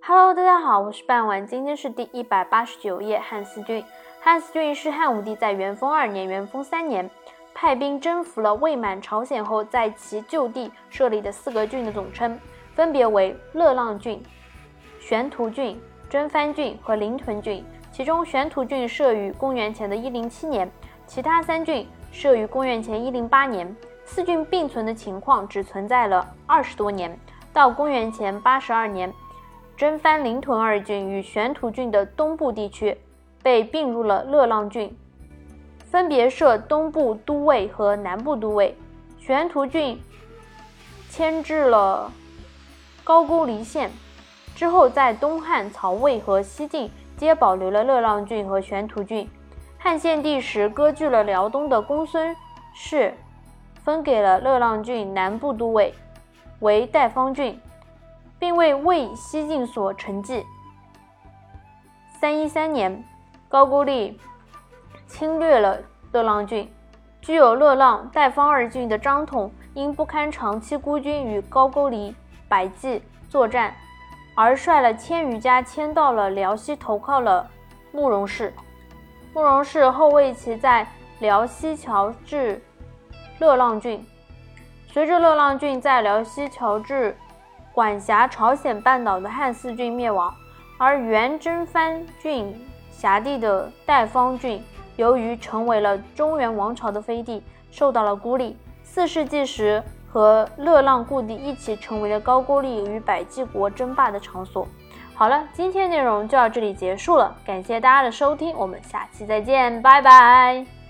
Hello， 大家好，我是半晚，今天是第189页。汉思俊，汉思俊是汉武帝在元丰2年、元丰3年派兵征服了魏满朝鲜后，在其就地设立的4个郡的总称，分别为乐浪郡、玄图郡、征蕃郡和临屯郡。其中玄图郡设于公元前的107年，其他3郡设于公元前108年。4郡并存的情况只存在了20多年，到公元前82年，征蕃、临屯2郡与玄图郡的东部地区被并入了乐浪郡，分别设东部都尉和南部都尉。玄图郡迁至了高句丽县之后，在东汉、曹魏和西晋皆保留了乐浪郡和玄图郡。汉献帝时割据了辽东的公孙氏分给了乐浪郡南部都尉为代方郡，并为魏、西晋所承继。313年，高句丽侵略了乐浪郡，具有乐浪、代方2郡的张统因不堪长期孤军与高句丽百济作战，而率了1000余家迁到了辽西，投靠了慕容氏。慕容氏后为其在辽西侨置乐浪郡。随着乐浪郡在辽西侨置管辖朝鲜半岛的汉四郡灭亡，而原征蕃郡辖地的代方郡由于成为了中原王朝的飞地，受到了孤立。4世纪时和乐浪故地一起成为了高句丽与百济国争霸的场所。好了，今天内容就到这里结束了，感谢大家的收听，我们下期再见，拜拜。